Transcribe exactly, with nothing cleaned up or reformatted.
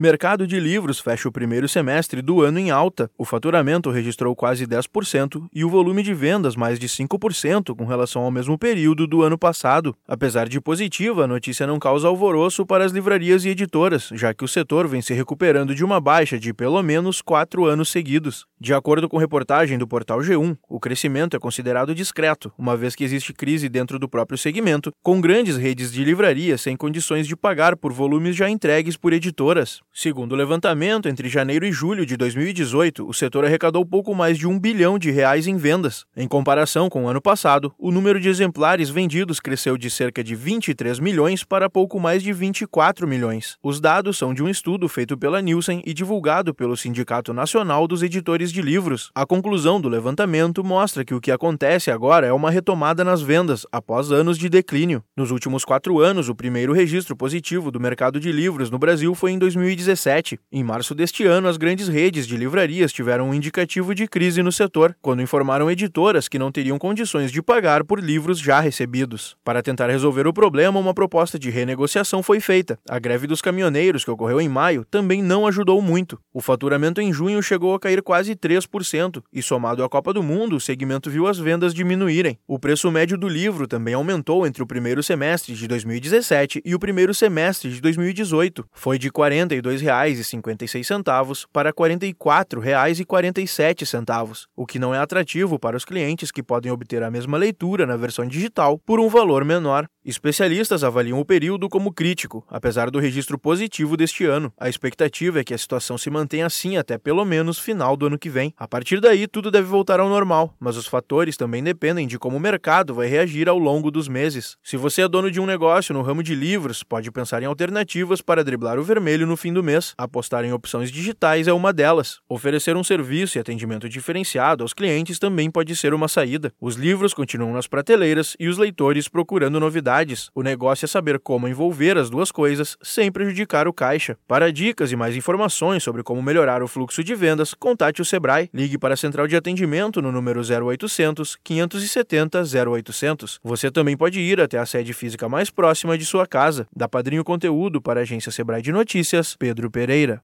Mercado de livros fecha o primeiro semestre do ano em alta. O faturamento registrou quase dez por cento e o volume de vendas mais de cinco por cento com relação ao mesmo período do ano passado. Apesar de positiva, a notícia não causa alvoroço para as livrarias e editoras, já que o setor vem se recuperando de uma baixa de pelo menos quatro anos seguidos. De acordo com reportagem do portal G um, o crescimento é considerado discreto, uma vez que existe crise dentro do próprio segmento, com grandes redes de livrarias sem condições de pagar por volumes já entregues por editoras. Segundo o levantamento, entre janeiro e julho de dois mil e dezoito, o setor arrecadou pouco mais de um bilhão de reais em vendas. Em comparação com o ano passado, o número de exemplares vendidos cresceu de cerca de vinte e três milhões para pouco mais de vinte e quatro milhões. Os dados são de um estudo feito pela Nielsen e divulgado pelo Sindicato Nacional dos Editores de Livros. A conclusão do levantamento mostra que o que acontece agora é uma retomada nas vendas, após anos de declínio. Nos últimos quatro anos, o primeiro registro positivo do mercado de livros no Brasil foi em dois mil e dezessete. Em março deste ano, as grandes redes de livrarias tiveram um indicativo de crise no setor, quando informaram editoras que não teriam condições de pagar por livros já recebidos. Para tentar resolver o problema, uma proposta de renegociação foi feita. A greve dos caminhoneiros, que ocorreu em maio, também não ajudou muito. O faturamento em junho chegou a cair quase três por cento, e somado à Copa do Mundo, o segmento viu as vendas diminuírem. O preço médio do livro também aumentou entre o primeiro semestre de dois mil e dezessete e o primeiro semestre de dois mil e dezoito. Foi de quarenta e dois reais e cinquenta e seis centavos para quarenta e quatro reais e quarenta e sete centavos, o que não é atrativo para os clientes que podem obter a mesma leitura na versão digital por um valor menor. Especialistas avaliam o período como crítico, apesar do registro positivo deste ano. A expectativa é que a situação se mantenha assim até pelo menos final do ano que vem. A partir daí, tudo deve voltar ao normal, mas os fatores também dependem de como o mercado vai reagir ao longo dos meses. Se você é dono de um negócio no ramo de livros, pode pensar em alternativas para driblar o vermelho no fim do mês. Apostar em opções digitais é uma delas. Oferecer um serviço e atendimento diferenciado aos clientes também pode ser uma saída. Os livros continuam nas prateleiras e os leitores procurando novidades. O negócio é saber como envolver as duas coisas sem prejudicar o caixa. Para dicas e mais informações sobre como melhorar o fluxo de vendas, contate o Sebrae. Ligue para a central de atendimento no número zero oitocentos, quinhentos e setenta, zero oitocentos. Você também pode ir até a sede física mais próxima de sua casa. Da Padrinho Conteúdo para a agência Sebrae de Notícias, Pedro Pereira.